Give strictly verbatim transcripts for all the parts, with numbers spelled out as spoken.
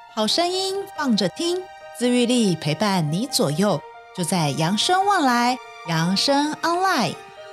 好声音放着听，自愈力陪伴你左右，就在扬生望来，扬生 online。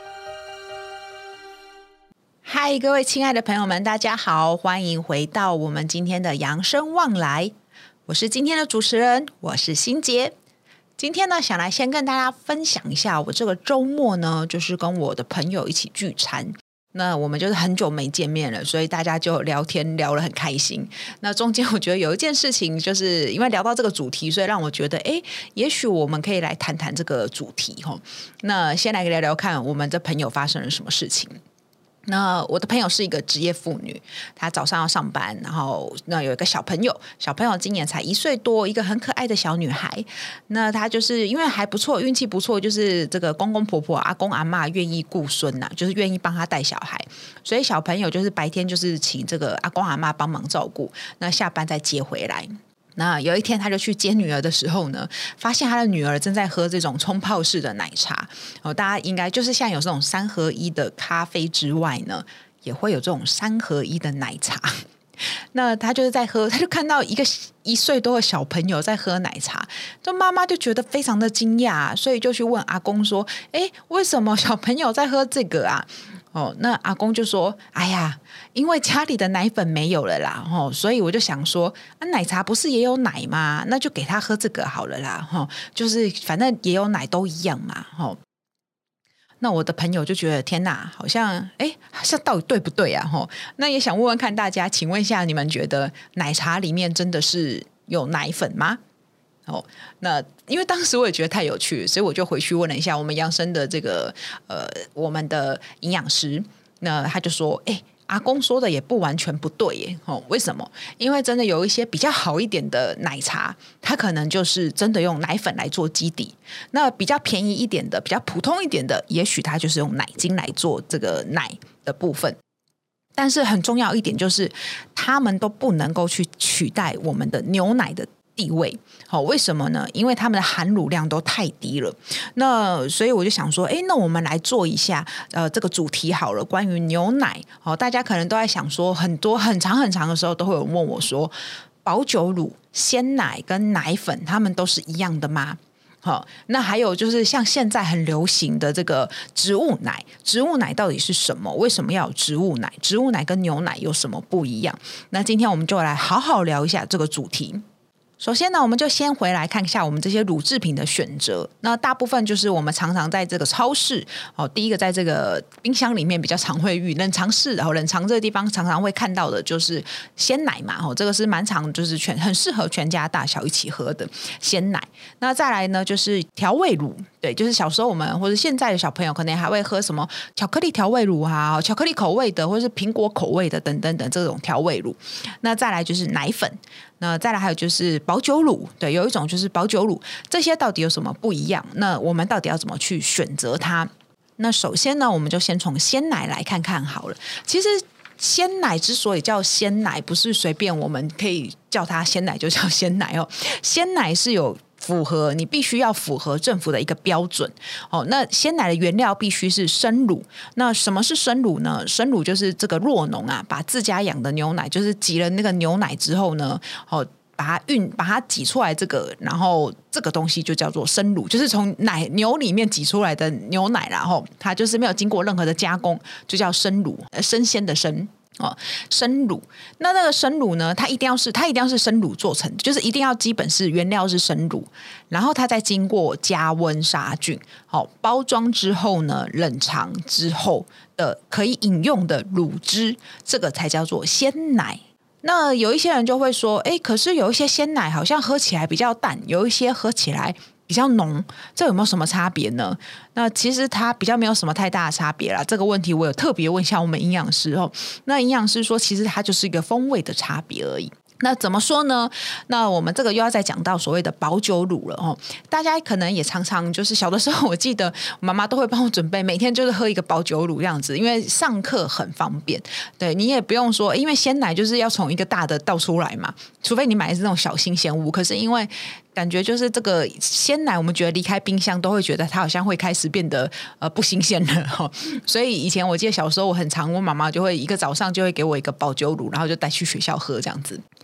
嗨，各位亲爱的朋友们，大家好，欢迎回到我们今天的扬生望来，我是今天的主持人，我是欣洁。今天呢，想来先跟大家分享一下，我这个周末呢，就是跟我的朋友一起聚餐。那我们就是很久没见面了，所以大家就聊天聊得很开心。那中间我觉得有一件事情，就是因为聊到这个主题，所以让我觉得，哎，也许我们可以来谈谈这个主题齁。那先来聊聊看，我们这朋友发生了什么事情。那我的朋友是一个职业妇女，她早上要上班，然后那有一个小朋友，小朋友今年才一岁多，一个很可爱的小女孩。那她就是因为还不错，运气不错，就是这个公公婆婆、阿公阿嬷愿意顾孙呐、啊，就是愿意帮她带小孩，所以小朋友就是白天就是请这个阿公阿嬷帮忙照顾，那下班再接回来。那有一天他就去接女儿的时候呢，发现他的女儿正在喝这种冲泡式的奶茶、哦、大家应该就是像有这种三合一的咖啡之外呢，也会有这种三合一的奶茶。那他就是在喝，他就看到一个一岁多的小朋友在喝奶茶，就妈妈就觉得非常的惊讶，所以就去问阿公说，诶，为什么小朋友在喝这个啊？哦，那阿公就说，哎呀，因为家里的奶粉没有了啦、哦、所以我就想说、啊、奶茶不是也有奶吗？那就给他喝这个好了啦、哦、就是反正也有奶都一样嘛、哦、那我的朋友就觉得天哪，好像哎，像到底对不对啊、哦、那也想问问看大家，请问一下，你们觉得奶茶里面真的是有奶粉吗？哦，那因为当时我也觉得太有趣，所以我就回去问了一下我们扬生的这个呃我们的营养师，那他就说，哎，阿公说的也不完全不对耶。哦，为什么？因为真的有一些比较好一点的奶茶，它可能就是真的用奶粉来做基底，那比较便宜一点的，比较普通一点的，也许它就是用奶精来做这个奶的部分。但是很重要一点就是，他们都不能够去取代我们的牛奶的地位。好、哦，为什么呢？因为他们的含乳量都太低了。那所以我就想说，哎，那我们来做一下呃这个主题好了，关于牛奶。哦，大家可能都在想说，很多很长很长的时候，都会有人问我说，保久乳、鲜奶跟奶粉，它们都是一样的吗？好、哦，那还有就是像现在很流行的这个植物奶，植物奶到底是什么？为什么要有植物奶？植物奶跟牛奶有什么不一样？那今天我们就来好好聊一下这个主题。首先呢，我们就先回来看一下我们这些乳制品的选择。那大部分就是我们常常在这个超市，哦，第一个在这个冰箱里面比较常会遇，冷藏室，然后冷藏这个地方常常会看到的就是鲜奶嘛，哦，这个是蛮常就是全很适合全家大小一起喝的鲜奶。那再来呢，就是调味乳，对，就是小时候我们或者现在的小朋友可能还会喝什么巧克力调味乳啊，巧克力口味的或者是苹果口味的等等等这种调味乳。那再来就是奶粉。那再来还有就是保久乳，对，有一种就是保久乳，这些到底有什么不一样？那我们到底要怎么去选择它？那首先呢，我们就先从鲜奶来看看好了。其实鲜奶之所以叫鲜奶，不是随便我们可以叫它鲜奶就叫鲜奶哦，鲜奶是有符合，你必须要符合政府的一个标准哦。那鲜奶的原料必须是生乳。那什么是生乳呢？生乳就是这个酪农啊，把自家养的牛奶，就是挤了那个牛奶之后呢，哦，把它运，把它挤出来，这个，然后这个东西就叫做生乳，就是从奶牛里面挤出来的牛奶，然后它就是没有经过任何的加工，就叫生乳，呃，生鲜的生。哦，生乳，那那个生乳呢？它一定要是，它一定要是生乳做成的，就是一定要基本是原料是生乳，然后它再经过加温杀菌，好、哦，包装之后呢，冷藏之后的可以饮用的乳汁，这个才叫做鲜奶。那有一些人就会说，哎，可是有一些鲜奶好像喝起来比较淡，有一些喝起来比较浓，这有没有什么差别呢？那其实它比较没有什么太大的差别啦。这个问题我有特别问一下我们营养师哦。那营养师说，其实它就是一个风味的差别而已。那怎么说呢？那我们这个又要再讲到所谓的保久乳了哦。大家可能也常常就是小的时候，我记得妈妈都会帮我准备，每天就是喝一个保久乳这样子，因为上课很方便。对，你也不用说，因为鲜奶就是要从一个大的倒出来嘛，除非你买的是那种小新鲜屋。可是因为感觉就是这个鲜奶，我们觉得离开冰箱都会觉得它好像会开始变得呃不新鲜了哈、哦。所以以前我记得小时候我很常，我妈妈就会一个早上就会给我一个保久乳，然后就带去学校喝这样子。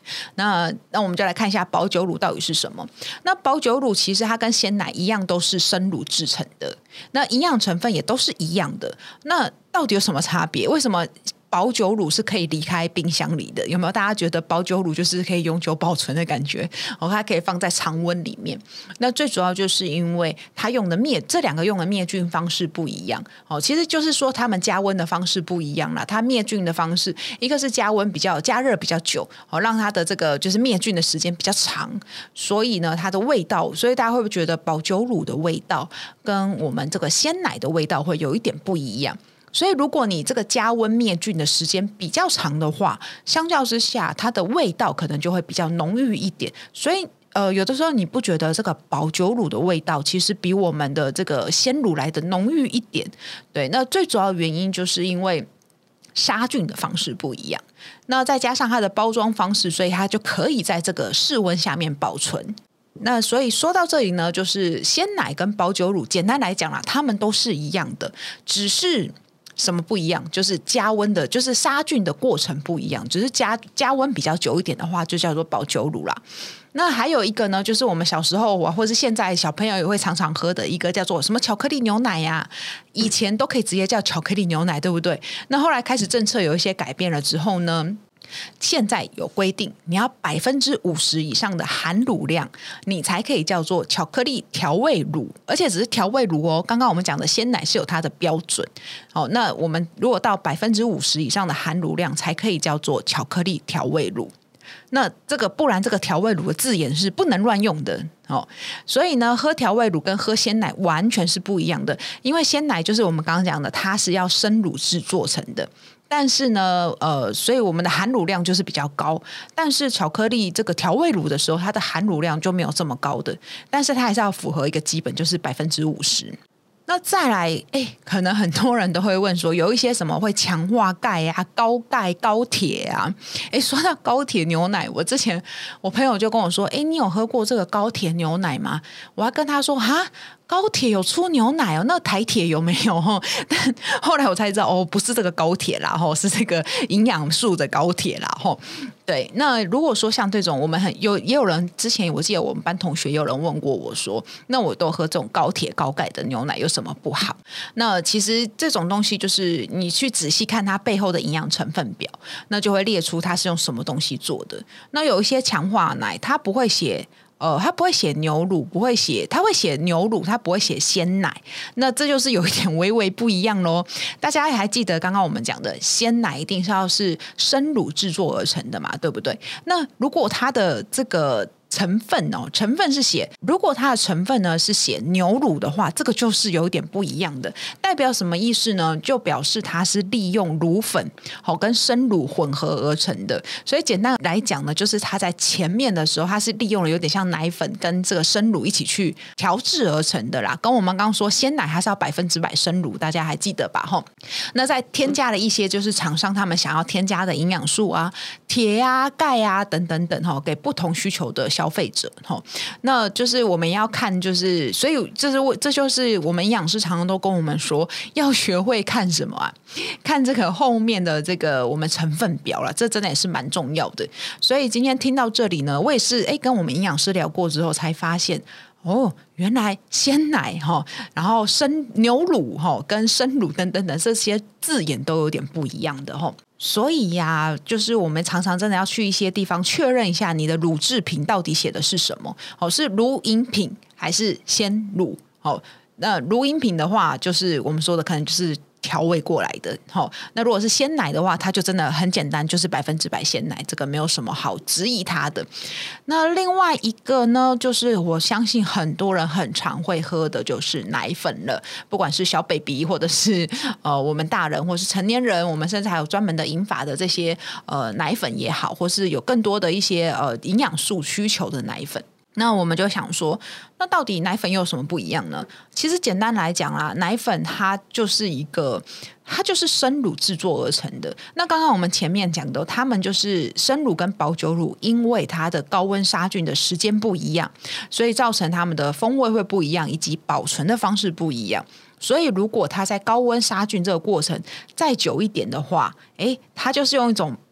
那那我们就来看一下保久乳到底是什么。那保久乳其实它跟鲜奶一样都是生乳制成的，那营养成分也都是一样的。那到底有什么差别？为什么保久乳是可以离开冰箱里的？有没有大家觉得保久乳就是可以永久保存的感觉？哦，它可以放在常温里面。那最主要就是因为它用的灭这两个用的灭菌方式不一样。哦，其实就是说他们加温的方式不一样啦。它灭菌的方式，一个是加温比较加热比较久，哦，让它的这个就是灭菌的时间比较长，所以呢，它的味道，所以大家会不会觉得保久乳的味道跟我们这个鲜奶的味道会有一点不一样？所以如果你这个加温灭菌的时间比较长的话，相较之下它的味道可能就会比较浓郁一点。所以呃，有的时候你不觉得这个保久乳的味道其实比我们的这个鲜乳来的浓郁一点？对，那最主要的原因就是因为杀菌的方式不一样，那再加上它的包装方式，所以它就可以在这个室温下面保存。那所以说到这里呢，就是鲜奶跟保久乳简单来讲啦，它们都是一样的，只是什么不一样？就是加温的，就是杀菌的过程不一样，只是加加温比较久一点的话，就叫做保久乳啦。那还有一个呢，就是我们小时候或是现在小朋友也会常常喝的一个叫做什么巧克力牛奶呀、啊，以前都可以直接叫巧克力牛奶，对不对？那后来开始政策有一些改变了之后呢，现在有规定，你要百分之五十以上的含乳量，你才可以叫做巧克力调味乳，而且只是调味乳哦。刚刚我们讲的鲜奶是有它的标准，哦，那我们如果到百分之五十以上的含乳量，才可以叫做巧克力调味乳。那这个不然这个调味乳的字眼是不能乱用的哦，所以呢，喝调味乳跟喝鲜奶完全是不一样的，因为鲜奶就是我们刚刚讲的，它是要生乳制作成的。但是呢，呃，所以我们的含乳量就是比较高，但是巧克力这个调味乳的时候，它的含乳量就没有这么高的，但是它还是要符合一个基本，就是百分之五十。那再来，哎，可能很多人都会问说，有一些什么会强化钙啊、高钙、高铁啊？哎，说到高铁牛奶，我之前我朋友就跟我说，哎，你有喝过这个高铁牛奶吗？我还跟他说，哈。高铁有出牛奶哦，那台铁有没有？但后来我才知道，哦，不是这个高铁啦，是这个营养素的高铁啦。对，那如果说像这种，我们很有也有人之前我记得我们班同学有人问过我说，那我都喝这种高铁高钙的牛奶有什么不好？那其实这种东西就是你去仔细看它背后的营养成分表，那就会列出它是用什么东西做的。那有一些强化奶，它不会写。呃，他不会写牛乳，不会写，他会写牛乳，他不会写鲜奶，那这就是有一点微微不一样咯。大家还记得刚刚我们讲的鲜奶一定是要是生乳制作而成的嘛，对不对？那如果它的这个成分哦，成分是写，如果它的成分呢是写牛乳的话，这个就是有点不一样的。代表什么意思呢？就表示它是利用乳粉好、哦、跟生乳混合而成的。所以简单来讲呢，就是它在前面的时候，它是利用了有点像奶粉跟这个生乳一起去调制而成的啦。跟我们刚刚说鲜奶它是要百分之百生乳，大家还记得吧？吼、哦，那再添加了一些就是厂商他们想要添加的营养素啊、铁啊、钙啊等等等哈、哦，给不同需求的消费者哈，那就是我们要看，就是所以这是这就是我们营养师常常都跟我们说，要学会看什么啊？看这个后面的这个我们成分表了，这真的也是蛮重要的。所以今天听到这里呢，我也是哎跟我们营养师聊过之后才发现。哦，原来鲜奶哈，然后生牛乳哈，跟生乳等等等这些字眼都有点不一样的哈。所以呀、啊，就是我们常常真的要去一些地方确认一下你的乳制品到底写的是什么，哦，是乳饮品还是鲜乳？哦，那乳饮品的话，就是我们说的可能就是调味过来的。哦，那如果是鲜奶的话，它就真的很简单，就是百分之百鲜奶，这个没有什么好质疑它的。那另外一个呢，就是我相信很多人很常会喝的就是奶粉了，不管是小 baby 或者是呃我们大人或是成年人，我们甚至还有专门的饮法的这些呃奶粉也好，或是有更多的一些呃营养素需求的奶粉。那我们就想说，那到底奶粉又有什么不一样呢？其实简单来讲啦，奶粉它就是一个，它就是生乳制作而成的。那刚刚我们前面讲的，他们就是生乳跟保久乳，因为它的高温杀菌的时间不一样，所以造成它们的风味会不一样，以及保存的方式不一样。所以如果它在高温杀菌这个过程再久一点的话，诶，它就是用一种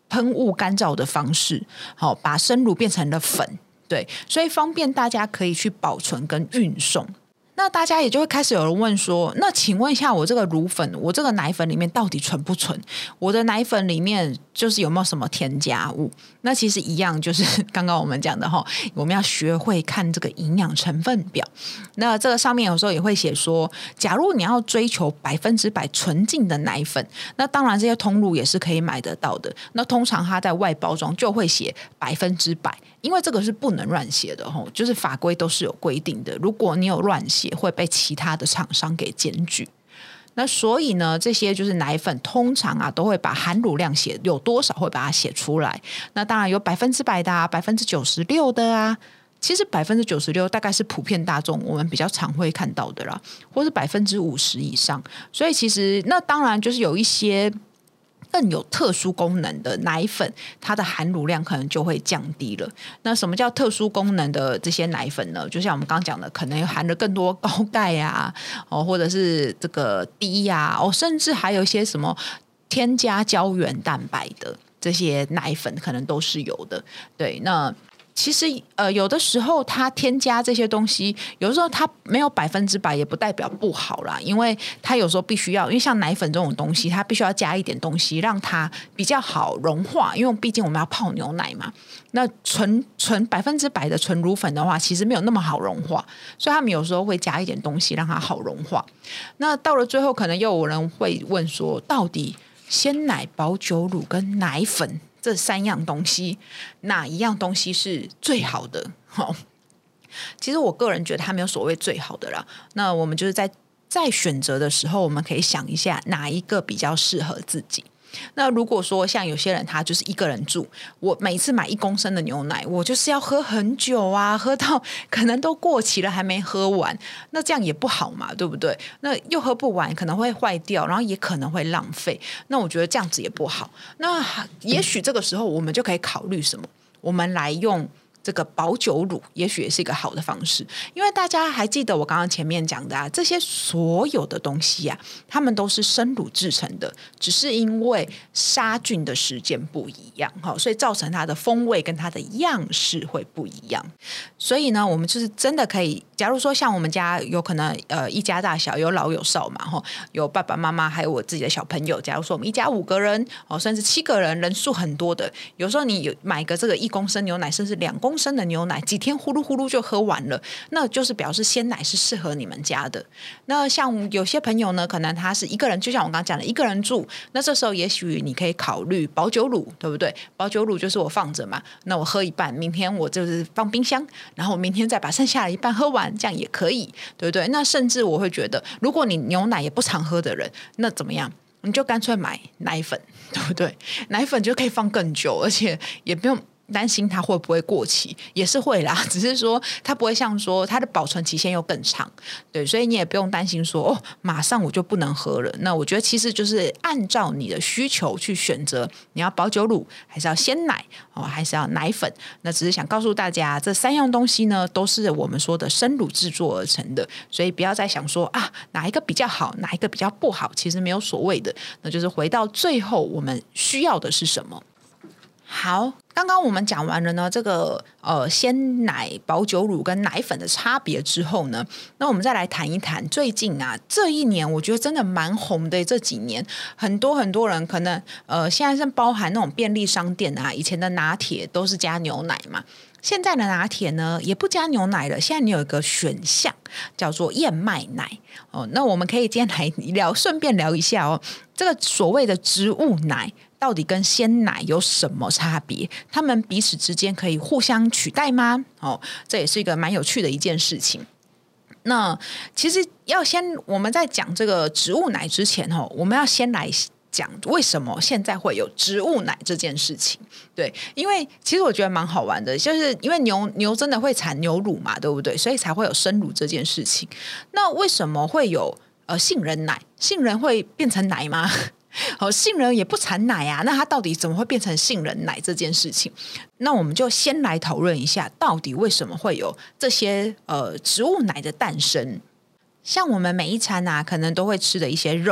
喷雾干燥的方式，好，把生乳变成了粉，对，所以方便大家可以去保存跟运送。那大家也就会开始有人问说，那请问一下，我这个乳粉，我这个奶粉里面到底纯不纯？我的奶粉里面就是有没有什么添加物？那其实一样，就是刚刚我们讲的齁，我们要学会看这个营养成分表。那这个上面有时候也会写说，假如你要追求百分之百纯净的奶粉，那当然这些通路也是可以买得到的。那通常它在外包装就会写百分之百，因为这个是不能乱写的齁，就是法规都是有规定的。如果你有乱写，会被其他的厂商给检举。那所以呢，这些就是奶粉通常啊都会把含乳量写有多少会把它写出来。那当然有百分之百的啊，百分之九十六的啊。其实百分之九十六大概是普遍大众我们比较常会看到的啦，或是百分之五十以上。所以其实那当然就是有一些更有特殊功能的奶粉，它的含乳量可能就会降低了。那什么叫特殊功能的这些奶粉呢？就像我们刚刚讲的，可能含了更多高钙啊，哦，或者是这个低啊，哦，甚至还有一些什么添加胶原蛋白的这些奶粉，可能都是有的。对，那其实呃，有的时候它添加这些东西，有的时候它没有百分之百，也不代表不好啦。因为它有时候必须要，因为像奶粉这种东西，它必须要加一点东西，让它比较好融化。因为毕竟我们要泡牛奶嘛，那纯纯百分之百的纯乳粉的话，其实没有那么好融化，所以他们有时候会加一点东西让它好融化。那到了最后，可能又有人会问说，到底鲜奶、保久乳跟奶粉这三样东西，哪一样东西是最好的？哦，其实我个人觉得它没有所谓最好的啦。那我们就是在在选择的时候，我们可以想一下哪一个比较适合自己。那如果说像有些人他就是一个人住，我每次买一公升的牛奶，我就是要喝很久啊，喝到可能都过期了还没喝完，那这样也不好嘛，对不对？那又喝不完，可能会坏掉，然后也可能会浪费，那我觉得这样子也不好。那也许这个时候我们就可以考虑什么？我们来用这个保久乳，也许也是一个好的方式。因为大家还记得我刚刚前面讲的啊，这些所有的东西啊，它们都是生乳制成的，只是因为杀菌的时间不一样，所以造成它的风味跟它的样式会不一样。所以呢，我们就是真的可以，假如说像我们家有可能呃一家大小，有老有少嘛，有爸爸妈妈还有我自己的小朋友，假如说我们一家五个人甚至七个人，人数很多的，有时候你有买个这个一公升牛奶甚至两公升的牛奶，几天呼噜呼噜就喝完了，那就是表示鲜奶是适合你们家的。那像有些朋友呢，可能他是一个人，就像我刚刚讲的一个人住，那这时候也许你可以考虑保久乳，对不对？保久乳就是我放着嘛，那我喝一半，明天我就是放冰箱，然后我明天再把剩下的一半喝完，这样也可以，对不对？那甚至我会觉得，如果你牛奶也不常喝的人，那怎么样？你就干脆买奶粉，对不对？奶粉就可以放更久，而且也不用担心它会不会过期，也是会啦，只是说它不会像说它的保存期限又更长，对，所以你也不用担心说哦，马上我就不能喝了。那我觉得其实就是按照你的需求去选择，你要保久乳还是要鲜奶哦，还是要奶粉。那只是想告诉大家，这三样东西呢，都是我们说的生乳制作而成的，所以不要再想说啊哪一个比较好，哪一个比较不好，其实没有所谓的，那就是回到最后我们需要的是什么。好，刚刚我们讲完了呢这个呃鲜奶、保久乳跟奶粉的差别之后呢，那我们再来谈一谈最近啊这一年我觉得真的蛮红的。这几年很多很多人可能呃现在是包含那种便利商店啊，以前的拿铁都是加牛奶嘛，现在的拿铁呢也不加牛奶了，现在你有一个选项叫做燕麦奶哦。那我们可以今天来聊，顺便聊一下哦，这个所谓的植物奶到底跟鲜奶有什么差别？他们彼此之间可以互相取代吗？哦，这也是一个蛮有趣的一件事情。那其实要先我们在讲这个植物奶之前哦，我们要先来讲为什么现在会有植物奶这件事情。对，因为其实我觉得蛮好玩的，就是因为牛牛真的会产牛乳嘛，对不对？所以才会有生乳这件事情。那为什么会有呃杏仁奶？杏仁会变成奶吗？哦，杏仁也不产奶啊，那它到底怎么会变成杏仁奶这件事情？那我们就先来讨论一下，到底为什么会有这些呃植物奶的诞生？像我们每一餐啊，可能都会吃的一些肉。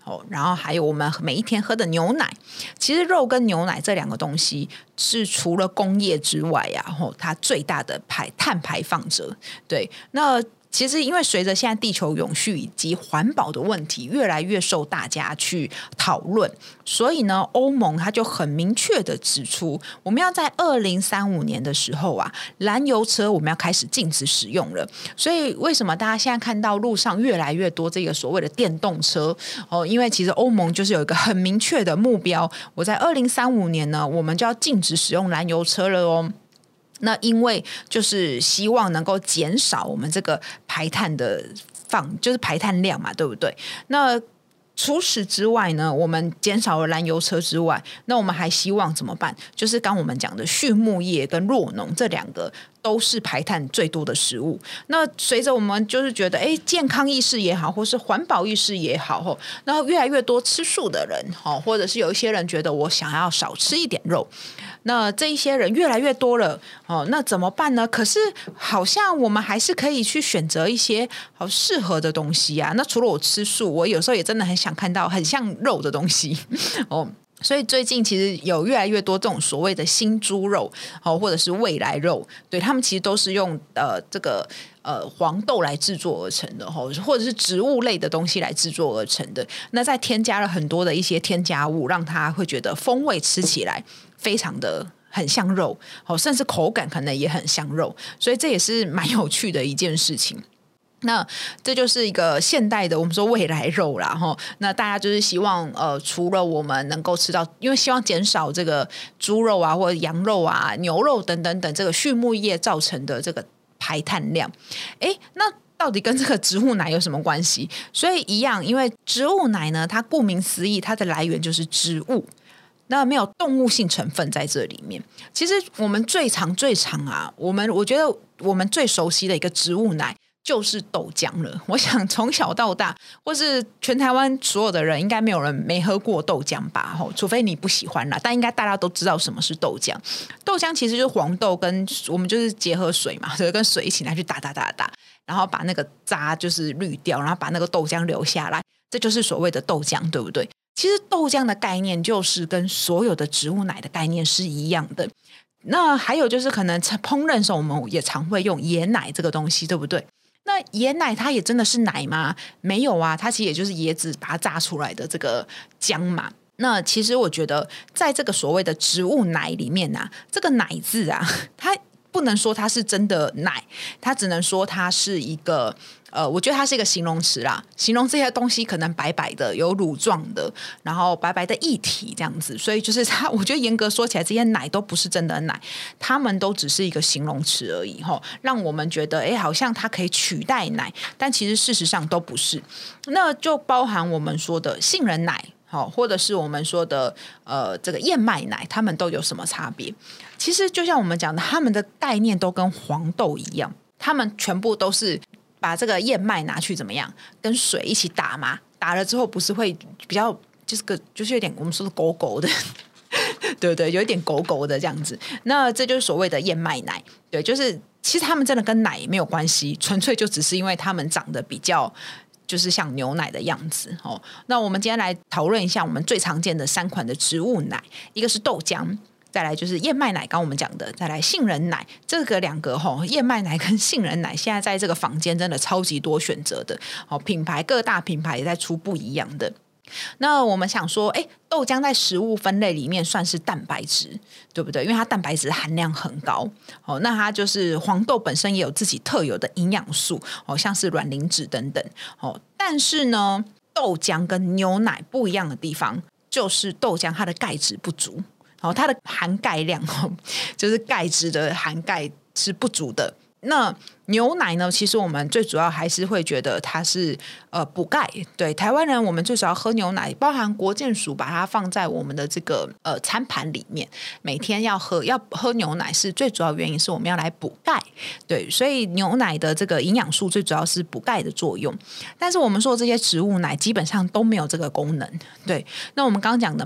哦，然后还有我们每一天喝的牛奶，其实肉跟牛奶这两个东西是除了工业之外啊，哦，它最大的排碳排放者。对，那其实因为随着现在地球永续以及环保的问题越来越受大家去讨论，所以呢，欧盟它就很明确的指出，我们要在二零三五年的时候啊，燃油车我们要开始禁止使用了。所以为什么大家现在看到路上越来越多这个所谓的电动车哦？因为其实欧盟就是有一个很明确的目标，我在二零三五年呢，我们就要禁止使用燃油车了哦。那因为就是希望能够减少我们这个排碳的放，就是排碳量嘛，对不对？那除此之外呢，我们减少了燃油车之外，那我们还希望怎么办？就是刚我们讲的畜牧业跟酪农这两个都是排碳最多的食物。那随着我们就是觉得，哎，健康意识也好，或是环保意识也好，那越来越多吃素的人，或者是有一些人觉得我想要少吃一点肉。那这一些人越来越多了，哦，那怎么办呢？可是好像我们还是可以去选择一些好适合的东西啊。那除了我吃素，我有时候也真的很想看到很像肉的东西哦。所以最近其实有越来越多这种所谓的新猪肉，哦，或者是未来肉，对，他们其实都是用呃这个呃黄豆来制作而成的，哦，或者是植物类的东西来制作而成的。那再添加了很多的一些添加物，让它会觉得风味吃起来非常的很像肉，哦，甚至口感可能也很像肉，所以这也是蛮有趣的一件事情。那这就是一个现代的我们说未来肉啦，齁，那大家就是希望呃，除了我们能够吃到，因为希望减少这个猪肉啊或者羊肉啊牛肉等等等这个畜牧业造成的这个排碳量。诶，那到底跟这个植物奶有什么关系？所以一样，因为植物奶呢，它顾名思义，它的来源就是植物，那没有动物性成分在这里面。其实我们最常最常啊，我们我觉得我们最熟悉的一个植物奶就是豆浆了。我想从小到大，或是全台湾所有的人，应该没有人没喝过豆浆吧？除非你不喜欢啦，但应该大家都知道什么是豆浆。豆浆其实就是黄豆跟我们就是结合水嘛，所以跟水一起拿去打打打打，然后把那个渣就是滤掉，然后把那个豆浆留下来，这就是所谓的豆浆，对不对？其实豆浆的概念就是跟所有的植物奶的概念是一样的。那还有就是可能烹饪的时候我们也常会用椰奶这个东西，对不对？那椰奶它也真的是奶吗？没有啊，它其实也就是椰子把它榨出来的这个浆嘛。那其实我觉得在这个所谓的植物奶里面啊，这个奶字啊，它不能说它是真的奶，它只能说它是一个呃，我觉得它是一个形容词啦，形容这些东西可能白白的、有乳状的，然后白白的液体这样子。所以就是它，我觉得严格说起来，这些奶都不是真的奶，它们都只是一个形容词而已，吼，让我们觉得哎，好像它可以取代奶，但其实事实上都不是。那就包含我们说的杏仁奶，好，或者是我们说的呃这个燕麦奶，它们都有什么差别？其实就像我们讲的，它们的概念都跟黄豆一样，它们全部都是把这个燕麦拿去怎么样，跟水一起打嘛，打了之后不是会比较就是个就是有点我们说的狗狗的，对不对？有一点狗狗的这样子，那这就是所谓的燕麦奶，对，就是其实它们真的跟奶没有关系，纯粹就只是因为它们长得比较。就是像牛奶的样子，哦，那我们今天来讨论一下我们最常见的三款的植物奶，一个是豆浆，再来就是燕麦奶，刚我们讲的，再来杏仁奶。这个两个齁，燕麦奶跟杏仁奶现在在这个坊间真的超级多选择的，好，品牌各大品牌也在出不一样的。那我们想说，哎，豆浆在食物分类里面算是蛋白质，对不对？因为它蛋白质含量很高，哦，那它就是黄豆本身也有自己特有的营养素，哦，像是卵磷脂等等，哦，但是呢，豆浆跟牛奶不一样的地方，就是豆浆它的钙质不足，哦，它的含钙量，哦，就是钙质的含钙是不足的。那牛奶呢？其实我们最主要还是会觉得它是呃补钙。对，台湾人我们最主要喝牛奶，包含国健署把它放在我们的这个呃餐盘里面，每天要喝要喝牛奶是最主要原因是我们要来补钙。对，所以牛奶的这个营养素最主要是补钙的作用。但是我们说这些植物奶基本上都没有这个功能。对，那我们刚刚讲的嘛。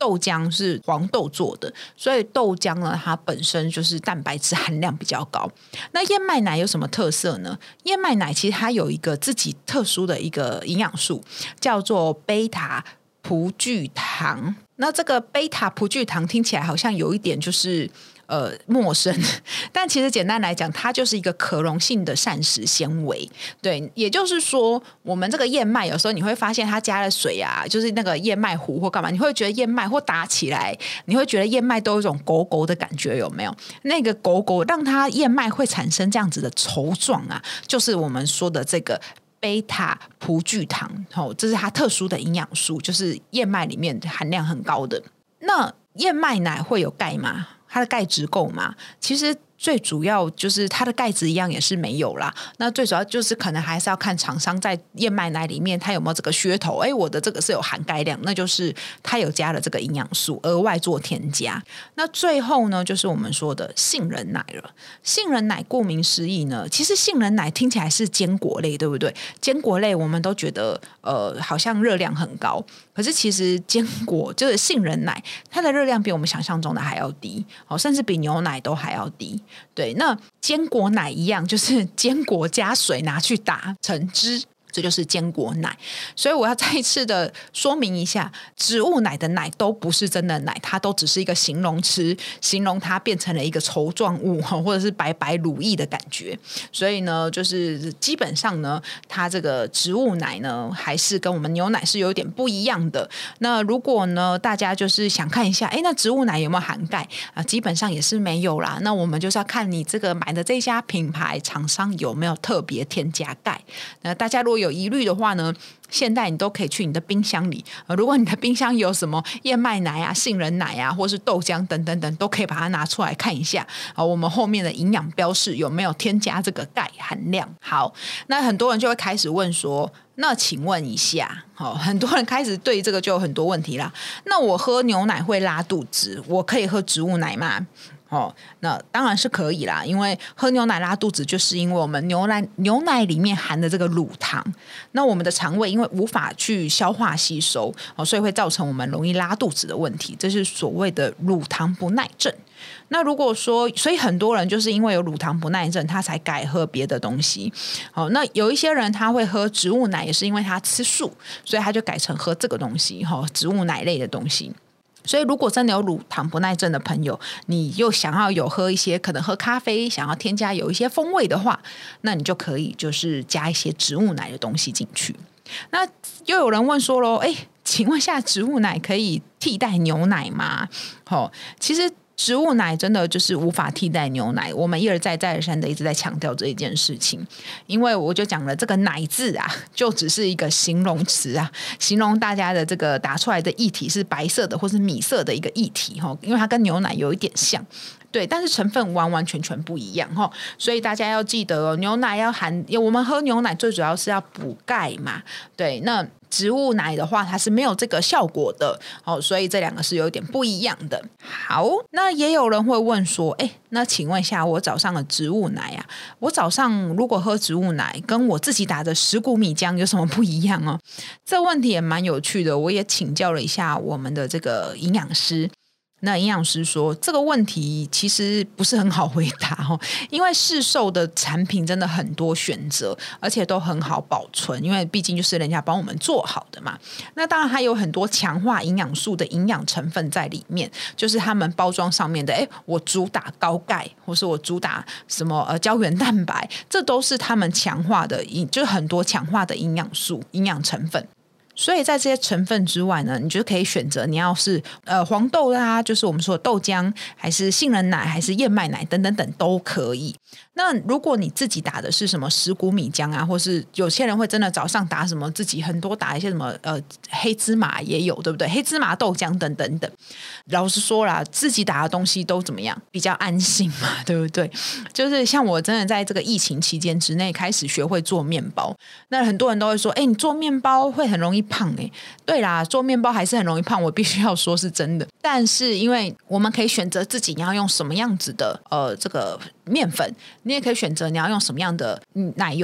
豆浆是黄豆做的，所以豆浆呢它本身就是蛋白质含量比较高。那燕麦奶有什么特色呢？燕麦奶其实它有一个自己特殊的一个营养素，叫做贝塔葡聚糖。那这个贝塔葡聚糖听起来好像有一点就是呃陌生，但其实简单来讲，它就是一个可溶性的膳食纤维。对，也就是说，我们这个燕麦有时候你会发现它加了水啊，就是那个燕麦糊或干嘛，你会觉得燕麦或打起来，你会觉得燕麦都有一种狗狗的感觉，有没有？那个狗狗让它燕麦会产生这样子的稠状啊，就是我们说的这个贝塔葡聚糖，哦，这是它特殊的营养素，就是燕麦里面含量很高的。那燕麦奶会有钙吗？它的钙质够吗？其实最主要就是它的钙质一样也是没有啦。那最主要就是可能还是要看厂商在燕麦奶里面它有没有这个噱头，哎，我的这个是有含钙量，那就是它有加了这个营养素额外做添加。那最后呢就是我们说的杏仁奶了。杏仁奶顾名思义呢，其实杏仁奶听起来是坚果类，对不对？坚果类我们都觉得呃好像热量很高，可是其实坚果就是杏仁奶，它的热量比我们想象中的还要低，哦，甚至比牛奶都还要低。对，那坚果奶一样，就是坚果加水拿去打成汁，这就是坚果奶。所以我要再一次的说明一下，植物奶的奶都不是真的奶，它都只是一个形容词，形容它变成了一个稠状物或者是白白乳液的感觉。所以呢，就是基本上呢，它这个植物奶呢还是跟我们牛奶是有点不一样的。那如果呢大家就是想看一下，哎，那植物奶有没有含钙啊？基本上也是没有啦。那我们就是要看你这个买的这家品牌厂商有没有特别添加钙。那大家如果有疑虑的话呢，现在你都可以去你的冰箱里，呃、如果你的冰箱有什么燕麦奶啊、杏仁奶啊，或是豆浆等等等，都可以把它拿出来看一下，呃、我们后面的营养标示有没有添加这个钙含量。好，那很多人就会开始问说，那请问一下，哦，很多人开始对这个就有很多问题啦。那我喝牛奶会拉肚子，我可以喝植物奶吗？哦，那当然是可以啦，因为喝牛奶拉肚子，就是因为我们牛奶牛奶里面含的这个乳糖，那我们的肠胃因为无法去消化吸收，哦，所以会造成我们容易拉肚子的问题，这是所谓的乳糖不耐症。那如果说，所以很多人就是因为有乳糖不耐症，他才改喝别的东西。好，那有一些人他会喝植物奶，也是因为他吃素，所以他就改成喝这个东西，植物奶类的东西。所以如果真的有乳糖不耐症的朋友，你又想要有喝一些可能喝咖啡想要添加有一些风味的话，那你就可以就是加一些植物奶的东西进去。那又有人问说咯，哎，请问下植物奶可以替代牛奶吗？哦，其实植物奶真的就是无法替代牛奶，我们一而再再而三的一直在强调这一件事情。因为我就讲了，这个奶字啊就只是一个形容词啊，形容大家的这个打出来的液体是白色的或是米色的一个液体，因为它跟牛奶有一点像，对，但是成分完完全全不一样，所以大家要记得哦，牛奶要含，我们喝牛奶最主要是要补钙嘛，对，那植物奶的话它是没有这个效果的，哦，所以这两个是有点不一样的。好，那也有人会问说，哎，那请问一下，我早上的植物奶啊，我早上如果喝植物奶跟我自己打的十谷米浆有什么不一样哦？这问题也蛮有趣的，我也请教了一下我们的这个营养师。那营养师说这个问题其实不是很好回答哦，因为市售的产品真的很多选择，而且都很好保存，因为毕竟就是人家帮我们做好的嘛。那当然还有很多强化营养素的营养成分在里面，就是他们包装上面的，哎，我主打高钙，或是我主打什么呃胶原蛋白，这都是他们强化的，就是很多强化的营养素、营养成分。所以在这些成分之外呢，你就可以选择你要是呃黄豆啦，就是我们说的豆浆，还是杏仁奶，还是燕麦奶等等等都可以。那如果你自己打的是什么十谷米浆啊，或是有些人会真的早上打什么自己很多打一些什么呃黑芝麻也有，对不对？黑芝麻豆浆等等等。老实说啦，自己打的东西都怎么样？比较安心嘛，对不对？就是像我真的在这个疫情期间之内开始学会做面包，那很多人都会说，哎，你做面包会很容易胖哎、欸，对啦，做面包还是很容易胖，我必须要说是真的。但是因为我们可以选择自己你要用什么样子的呃这个面粉，你也可以选择你要用什么样的奶油，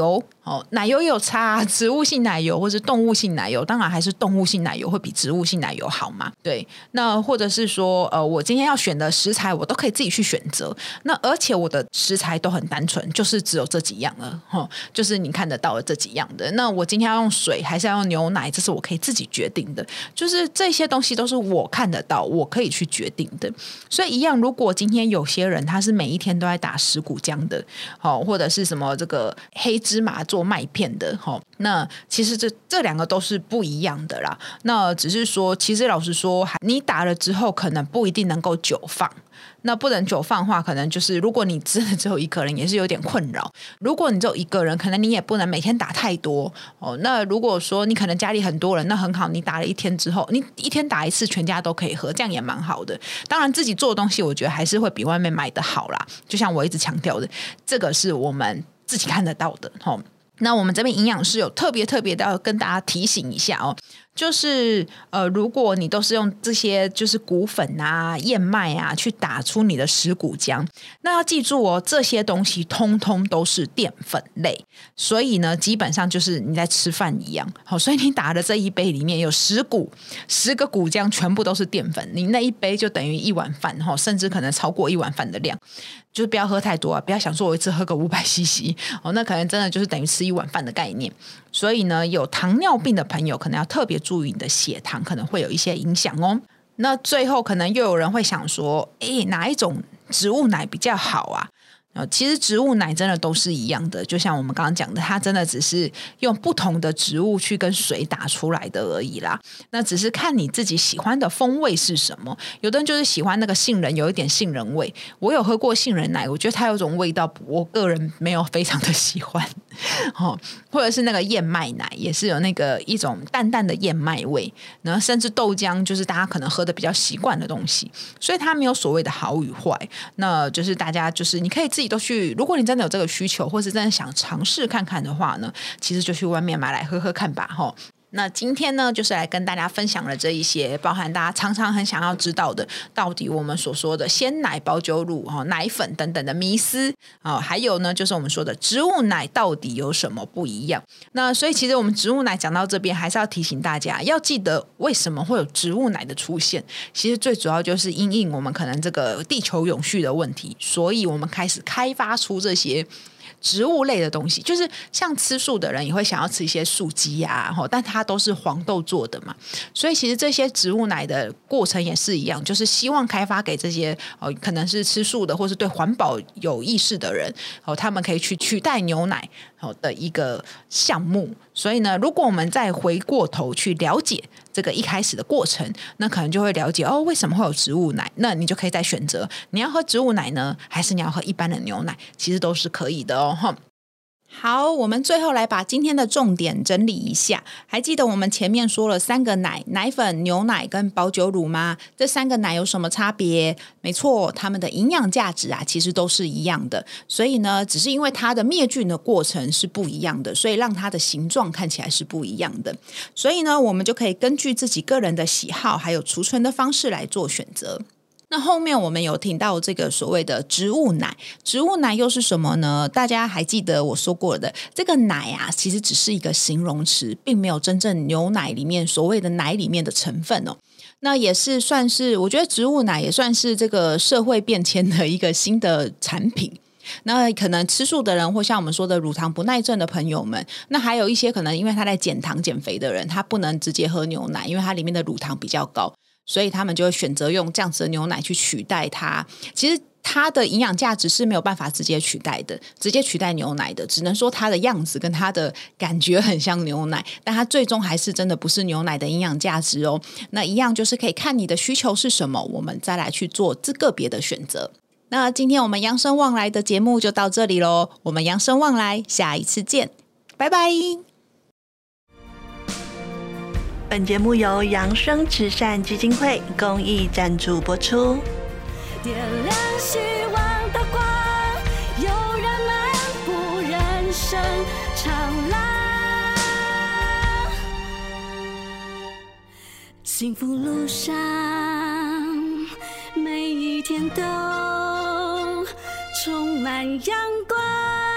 哦，奶油也有差啊，植物性奶油或者动物性奶油，当然还是动物性奶油会比植物性奶油好嘛。对，那或者是说呃，我今天要选的食材我都可以自己去选择，那而且我的食材都很单纯，就是只有这几样了、哦、就是你看得到的这几样的。那我今天要用水还是要用牛奶，这是我可以自己决定的，就是这些东西都是我看得到我可以去决定的。所以一样，如果今天有些人他是每一天都在打十谷浆的、哦、或者是什么这个黑芝麻做麦片的、哦、那其实这这两个都是不一样的啦。那只是说其实老实说你打了之后可能不一定能够久放，那不能久放的话，可能就是如果你真的只有一个人也是有点困扰。如果你只有一个人，可能你也不能每天打太多哦。那如果说你可能家里很多人，那很好，你打了一天之后，你一天打一次，全家都可以喝，这样也蛮好的。当然自己做的东西我觉得还是会比外面买的好啦，就像我一直强调的，这个是我们自己看得到的、哦、那我们这边营养师有特别特别的要跟大家提醒一下哦，就是呃，如果你都是用这些就是谷粉啊、燕麦啊去打出你的十谷浆，那要记住哦，这些东西通通都是淀粉类，所以呢，基本上就是你在吃饭一样。好，所以你打的这一杯里面有十谷，十个谷浆全部都是淀粉，你那一杯就等于一碗饭，甚至可能超过一碗饭的量。就是不要喝太多啊，不要想说我一次喝个五百 C C 哦，那可能真的就是等于吃一碗饭的概念。所以呢，有糖尿病的朋友可能要特别注意你的血糖可能会有一些影响哦。那最后可能又有人会想说，诶，哪一种植物奶比较好啊？其实植物奶真的都是一样的，就像我们刚刚讲的，它真的只是用不同的植物去跟水打出来的而已啦。那只是看你自己喜欢的风味是什么。有的人就是喜欢那个杏仁，有一点杏仁味。我有喝过杏仁奶，我觉得它有种味道，我个人没有非常的喜欢。哦，或者是那个燕麦奶，也是有那个一种淡淡的燕麦味。然后甚至豆浆，就是大家可能喝的比较习惯的东西，所以它没有所谓的好与坏。那就是大家就是你可以自己都去，如果你真的有这个需求，或是真的想尝试看看的话呢，其实就去外面买来喝喝看吧。齁，那今天呢，就是来跟大家分享了这一些包含大家常常很想要知道的，到底我们所说的鲜奶、保久乳、奶粉等等的迷思、哦、还有呢就是我们说的植物奶到底有什么不一样。那所以其实我们植物奶讲到这边，还是要提醒大家要记得为什么会有植物奶的出现。其实最主要就是因应我们可能这个地球永续的问题，所以我们开始开发出这些植物类的东西，就是像吃素的人也会想要吃一些素鸡啊，但它都是黄豆做的嘛，所以其实这些植物奶的过程也是一样，就是希望开发给这些、哦、可能是吃素的或是对环保有意识的人、哦、他们可以去取代牛奶的一个项目。所以呢，如果我们再回过头去了解这个一开始的过程，那可能就会了解哦，为什么会有植物奶，那你就可以再选择你要喝植物奶呢，还是你要喝一般的牛奶，其实都是可以的哦。好，我们最后来把今天的重点整理一下。还记得我们前面说了三个奶，奶粉、牛奶跟保久乳吗？这三个奶有什么差别？没错，它们的营养价值啊，其实都是一样的。所以呢，只是因为它的灭菌的过程是不一样的，所以让它的形状看起来是不一样的。所以呢，我们就可以根据自己个人的喜好还有储存的方式来做选择。那后面我们有听到这个所谓的植物奶，植物奶又是什么呢？大家还记得我说过的，这个奶啊，其实只是一个形容词，并没有真正牛奶里面所谓的奶里面的成分哦。那也是算是，我觉得植物奶也算是这个社会变迁的一个新的产品。那可能吃素的人，或像我们说的乳糖不耐症的朋友们，那还有一些可能因为他在减糖减肥的人，他不能直接喝牛奶，因为它里面的乳糖比较高，所以他们就会选择用这样子的牛奶去取代它。其实它的营养价值是没有办法直接取代的，直接取代牛奶的，只能说它的样子跟它的感觉很像牛奶，但它最终还是真的不是牛奶的营养价值哦。那一样就是可以看你的需求是什么，我们再来去做个别的选择。那今天我们养生旺来的节目就到这里咯，我们养生旺来下一次见，拜拜。 本节目由扬生慈善基金会公益赞助播出。 点亮希望的光，有人漫步人生长廊，幸福路上每一天都充满阳光。